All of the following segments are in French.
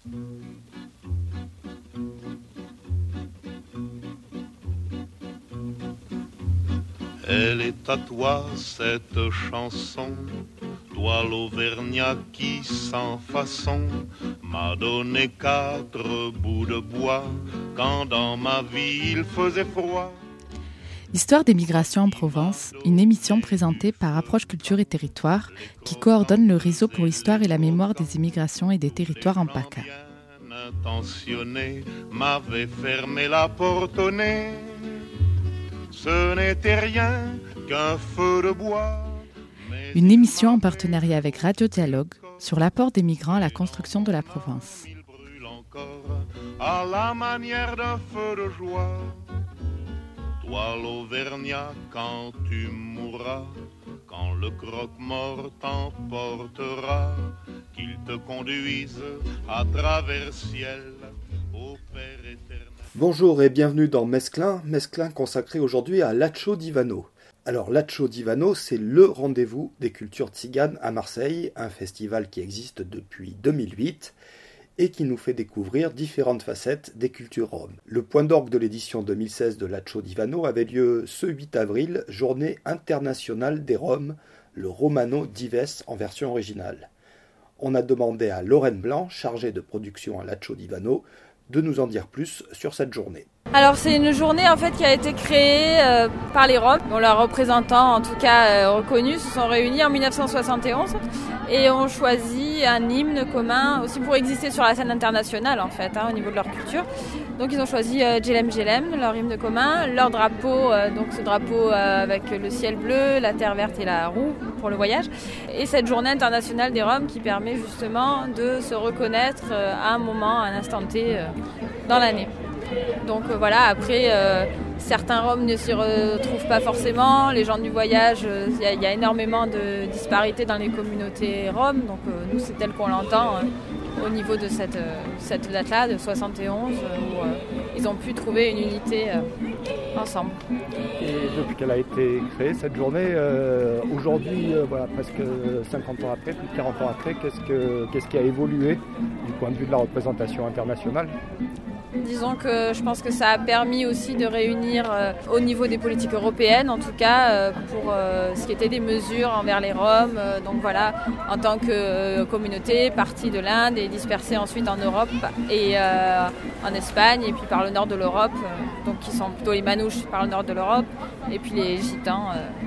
Elle est à toi cette chanson, toi l'Auvergnat qui sans façon m'a donné 4 bouts de bois quand dans ma vie il faisait froid. Histoire des migrations en Provence, une émission présentée par Approche Culture et Territoire qui coordonne le réseau pour l'histoire et la mémoire des immigrations et des territoires en PACA. Intentionné m'avait fermé la porte au nez. Ce n'était rien qu'un feu de bois. Une émission en partenariat avec Radio Dialogue sur l'apport des migrants à la construction de la Provence. Il brûle encore à la manière d'un feu de joie. Toi l'Auvergnat, quand tu mourras, quand le croque-mort t'emportera, qu'il te conduise à travers ciel au Père éternel. Bonjour et bienvenue dans Mesclin consacré aujourd'hui à Latcho Divano. Alors Latcho Divano, c'est le rendez-vous des cultures tziganes à Marseille, un festival qui existe depuis 2008 et qui nous fait découvrir différentes facettes des cultures roms. Le point d'orgue de l'édition 2016 de Latcho Divano avait lieu ce 8 avril, journée internationale des Roms, le Romano Dives en version originale. On a demandé à Lorraine Blanc, chargée de production à Latcho Divano, de nous en dire plus sur cette journée. Alors c'est une journée en fait qui a été créée par les Roms, dont leurs représentants en tout cas reconnus se sont réunis en 1971 et ont choisi un hymne commun aussi pour exister sur la scène internationale en fait au niveau de leur culture. Donc ils ont choisi Djelem Djelem, leur hymne commun, leur drapeau, donc ce drapeau avec le ciel bleu, la terre verte et la roue pour le voyage, et cette journée internationale des Roms qui permet justement de se reconnaître à un moment, à un instant T dans l'année. Donc voilà, après certains Roms ne s'y retrouvent pas forcément, les gens du voyage, il y a énormément de disparités dans les communautés roms, donc nous c'est tel qu'on l'entend au niveau de cette date-là, de 71, où ils ont pu trouver une unité ensemble. Et depuis qu'elle a été créée, cette journée, aujourd'hui, voilà, presque 50 ans après, plus de 40 ans après, qu'est-ce qui a évolué du point de vue de la représentation internationale ? Disons que je pense que ça a permis aussi de réunir au niveau des politiques européennes, en tout cas pour ce qui était des mesures envers les Roms. Donc voilà, en tant que communauté partie de l'Inde et dispersée ensuite en Europe et en Espagne et puis par le nord de l'Europe, donc qui sont plutôt les Manouches par le nord de l'Europe et puis les Gitans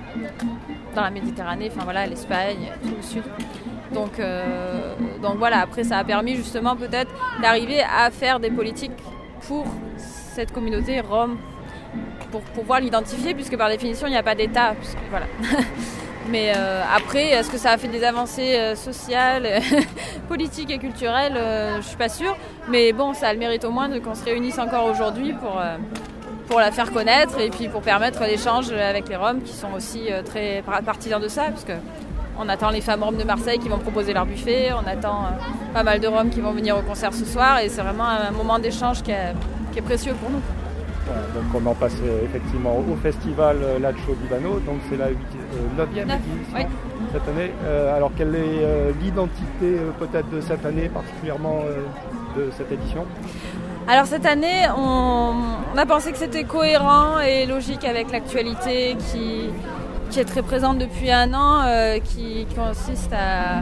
dans la Méditerranée, enfin voilà, l'Espagne, tout le sud. Donc voilà, après ça a permis justement peut-être d'arriver à faire des politiques pour cette communauté rome, pour pouvoir l'identifier, puisque par définition il n'y a pas d'État. Voilà. Mais après, est-ce que ça a fait des avancées sociales, politiques et culturelles ? Je ne suis pas sûre. Mais bon, ça a le mérite au moins qu'on se réunisse encore aujourd'hui pour la faire connaître et puis pour permettre l'échange avec les Roms qui sont aussi très partisans de ça, parce que on attend les femmes roms de Marseille qui vont proposer leur buffet, on attend pas mal de Roms qui vont venir au concert ce soir et c'est vraiment un moment d'échange qui est précieux pour nous. Voilà, donc on en passe effectivement au festival Latcho Divano, donc c'est la 9e édition oui. Cette année. Alors quelle est l'identité peut-être de cette année, particulièrement de cette édition ? Alors cette année, on a pensé que c'était cohérent et logique avec l'actualité qui est très présente depuis un an, qui consiste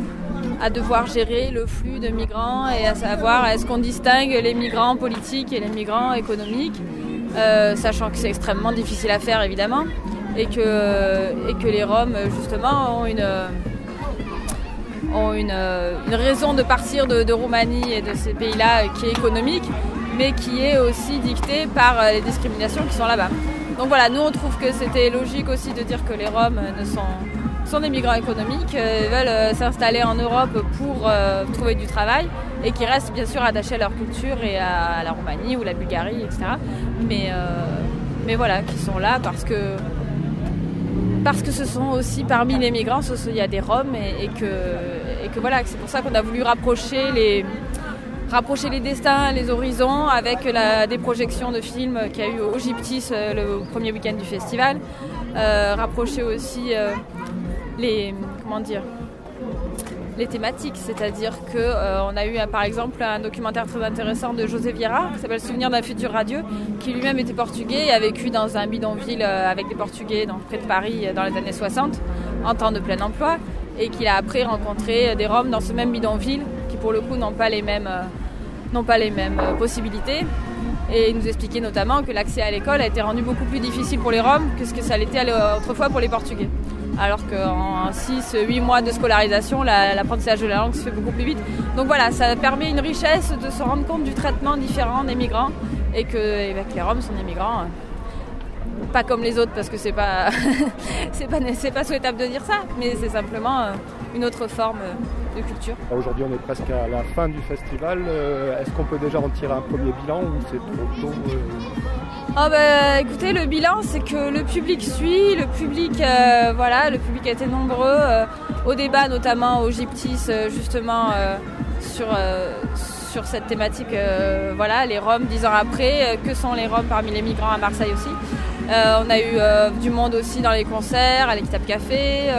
à devoir gérer le flux de migrants et à savoir est-ce qu'on distingue les migrants politiques et les migrants économiques, sachant que c'est extrêmement difficile à faire évidemment, et que les Roms justement ont une raison de partir de Roumanie et de ces pays-là qui est économique, mais qui est aussi dictée par les discriminations qui sont là-bas. Donc voilà, nous on trouve que c'était logique aussi de dire que les Roms sont des migrants économiques, veulent s'installer en Europe pour trouver du travail et qui restent bien sûr attachés à leur culture et à la Roumanie ou la Bulgarie, etc. Mais voilà, qui sont là parce que ce sont aussi parmi les migrants, il y a des Roms et que voilà, c'est pour ça qu'on a voulu rapprocher les destins, les horizons avec des projections de films qu'il y a eu au Gyptis le premier week-end du festival. les thématiques. C'est-à-dire qu'on a eu par exemple un documentaire très intéressant de José Vieira qui s'appelle Souvenir d'un futur radieux, qui lui-même était portugais et a vécu dans un bidonville avec des Portugais près de Paris dans les années 60 en temps de plein emploi, et qu'il a après rencontré des Roms dans ce même bidonville qui pour le coup n'ont pas les mêmes possibilités. Et il nous expliquait notamment que l'accès à l'école a été rendu beaucoup plus difficile pour les Roms que ce que ça l'était autrefois pour les Portugais. Alors qu'en 6-8 mois de scolarisation, l'apprentissage de la langue se fait beaucoup plus vite. Donc voilà, ça permet une richesse de se rendre compte du traitement différent des migrants, et que les Roms sont des migrants, pas comme les autres, parce que c'est pas souhaitable de dire ça, mais c'est simplement une autre forme de culture. Aujourd'hui, on est presque à la fin du festival. Est-ce qu'on peut déjà en tirer un premier bilan ou c'est trop tôt Écoutez, le bilan, c'est que le public suit, le public a été nombreux au débat, notamment au Gyptis, justement sur cette thématique. Les Roms 10 ans après, que sont les Roms parmi les migrants à Marseille aussi. On a eu du monde aussi dans les concerts, à l'Equitable Café.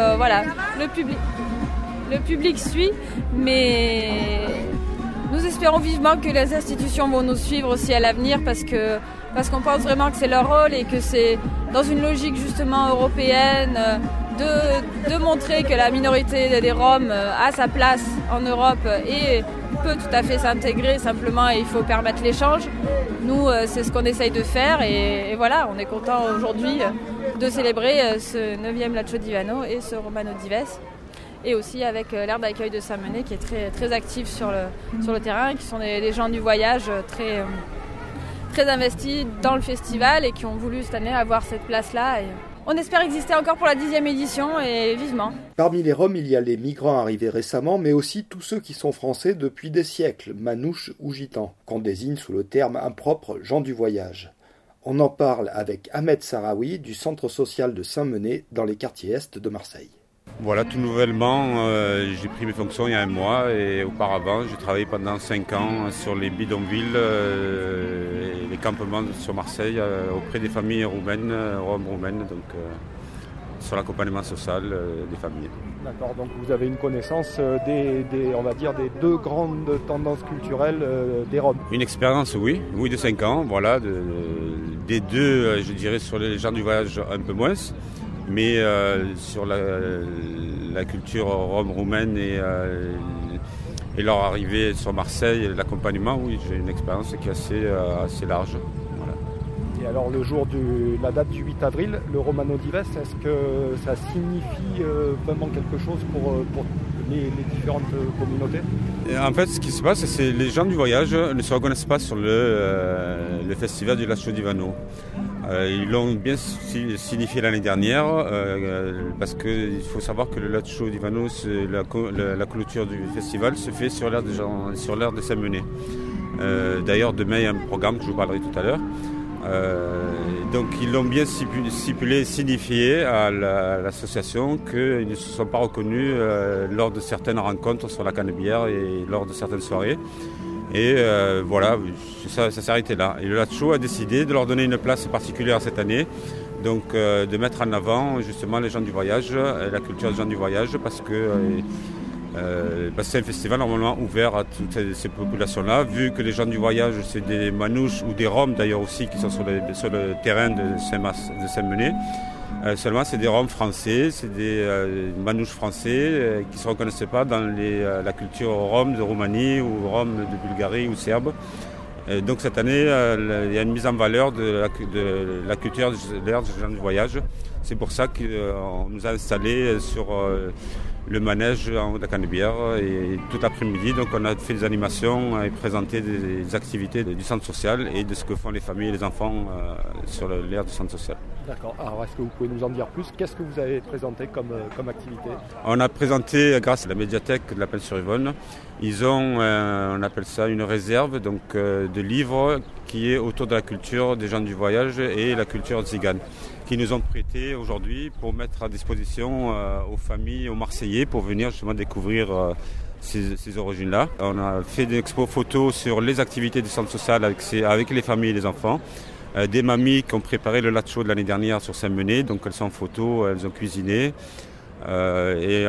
Le public suit, mais nous espérons vivement que les institutions vont nous suivre aussi à l'avenir, parce qu'on pense vraiment que c'est leur rôle, et que c'est dans une logique justement européenne de montrer que la minorité des Roms a sa place en Europe et peut tout à fait s'intégrer. Simplement, il faut permettre l'échange. Nous, c'est ce qu'on essaye de faire, et voilà, on est content aujourd'hui de célébrer ce 9e Laccio Divano et ce Romano Dives, et aussi avec l'aire d'accueil de Saint-Menet qui est très, très actif sur le terrain, qui sont des gens du voyage très, très investis dans le festival et qui ont voulu cette année avoir cette place-là. Et on espère exister encore pour la 10e édition, et vivement. Parmi les Roms, il y a les migrants arrivés récemment, mais aussi tous ceux qui sont français depuis des siècles, manouches ou gitans, qu'on désigne sous le terme impropre gens du voyage. On en parle avec Ahmed Sarawi du centre social de Saint-Menet dans les quartiers est de Marseille. Voilà, tout nouvellement, j'ai pris mes fonctions il y a un mois, et auparavant j'ai travaillé pendant 5 ans sur les bidonvilles et les campements sur Marseille auprès des familles roumaines, roms roumaines, donc sur l'accompagnement social des familles. D'accord, donc vous avez une connaissance des deux grandes tendances culturelles des Roms. Une expérience, oui, de 5 ans, voilà, des deux, je dirais, sur les gens du voyage un peu moins. Mais sur la culture roumaine et leur arrivée sur Marseille, l'accompagnement, oui, j'ai une expérience qui est assez large. Voilà. Et alors le jour la date du 8 avril, le Romano Dives, est-ce que ça signifie vraiment quelque chose pour les différentes communautés ? Et en fait, ce qui se passe, c'est que les gens du voyage ne se reconnaissent pas sur le festival du Laccio Divano. Ils l'ont bien signifié l'année dernière, parce qu'il faut savoir que le Laccio Divano, la clôture du festival se fait sur l'aire de Saint-Menet. D'ailleurs, demain, il y a un programme que je vous parlerai tout à l'heure. Donc ils l'ont bien signifié à l'association qu'ils ne se sont pas reconnus lors de certaines rencontres sur la Canebière et lors de certaines soirées. Et voilà, ça s'est arrêté là. Et le Laccio a décidé de leur donner une place particulière cette année, donc de mettre en avant justement les gens du voyage, la culture des gens du voyage, parce que c'est un festival normalement ouvert à toutes ces populations-là, vu que les gens du voyage, c'est des manouches ou des Roms d'ailleurs aussi qui sont sur le terrain de Saint-Menet. Seulement, c'est des Roms français, c'est des manouches français qui ne se reconnaissaient pas dans la culture Rom de Roumanie ou Rom de Bulgarie ou serbe. Donc cette année, il y a une mise en valeur de la culture des gens du voyage. C'est pour ça qu'on nous a installés sur le manège de la Canebière et tout l'après-midi. Donc on a fait des animations et présenté des activités du centre social et de ce que font les familles et les enfants sur l'aire du centre social. D'accord. Alors est-ce que vous pouvez nous en dire plus ? Qu'est-ce que vous avez présenté comme activité ? On a présenté, grâce à la médiathèque de la Plaine-sur-Yvonne, ils ont, on appelle ça une réserve donc, de livres qui est autour de la culture des gens du voyage et la culture tzigane, qui nous ont prêté aujourd'hui pour mettre à disposition aux familles, aux Marseillais, pour venir justement découvrir ces origines-là. On a fait des expos photos sur les activités du centre social avec les familles et les enfants. Des mamies qui ont préparé le Laccio de l'année dernière sur Saint-Menet, donc elles sont en photo, elles ont cuisiné. Et on a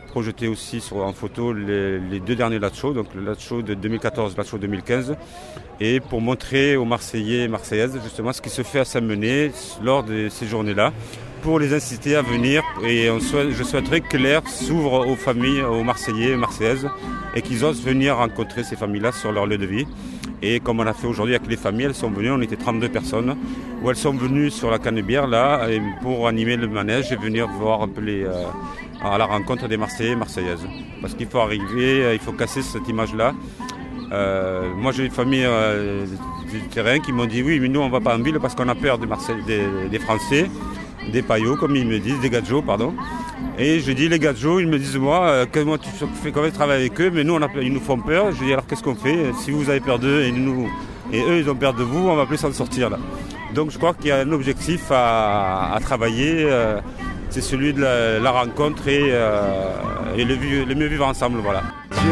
projeté aussi en photo les 2 derniers Lacho, donc le Lacho de 2014, Lacho 2015, et pour montrer aux Marseillais et Marseillaises justement ce qui se fait à Saint-Menet lors de ces journées-là, pour les inciter à venir. Et je souhaiterais que l'air s'ouvre aux familles, aux Marseillais et Marseillaises, et qu'ils osent venir rencontrer ces familles-là sur leur lieu de vie. Et comme on a fait aujourd'hui avec les familles, elles sont venues, on était 32 personnes, où elles sont venues sur la Canebière là, pour animer le manège et venir voir un peu à la rencontre des Marseillais et Marseillaises. Parce qu'il faut arriver, il faut casser cette image-là. Moi j'ai une famille du terrain qui m'ont dit oui, mais nous on ne va pas en ville parce qu'on a peur des Français, des paillots comme ils me disent, des gadjos pardon. Et je dis les gadjos, ils me disent moi tu fais quand même travailler avec eux, mais nous ils nous font peur. Je dis alors qu'est-ce qu'on fait? Si vous avez peur d'eux et eux ils ont peur de vous, on va plus s'en sortir là. Donc je crois qu'il y a un objectif à travailler, c'est celui de la rencontre et le mieux vivre ensemble, voilà.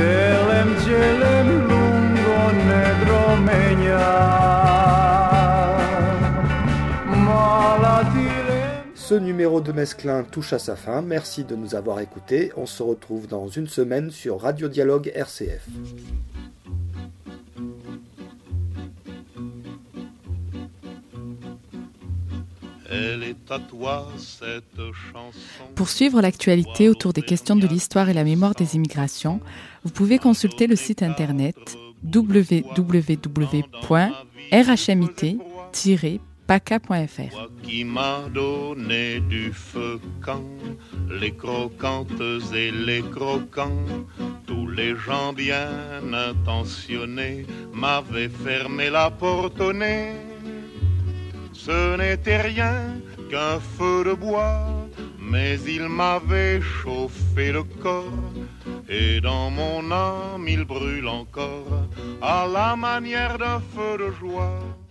Ce numéro de Mesclin touche à sa fin. Merci de nous avoir écoutés. On se retrouve dans une semaine sur Radio Dialogue RCF. Elle est à toi, cette chanson. Pour suivre l'actualité autour des questions de l'histoire et la mémoire des immigrations, vous pouvez consulter le site internet www.rhmit-paca.fr. Toi qui m'as donné du feu quand les croquantes et les croquants, tous les gens bien intentionnés m'avaient fermé la porte au nez. Ce n'était rien qu'un feu de bois, mais il m'avait chauffé le corps, et dans mon âme il brûle encore à la manière d'un feu de joie.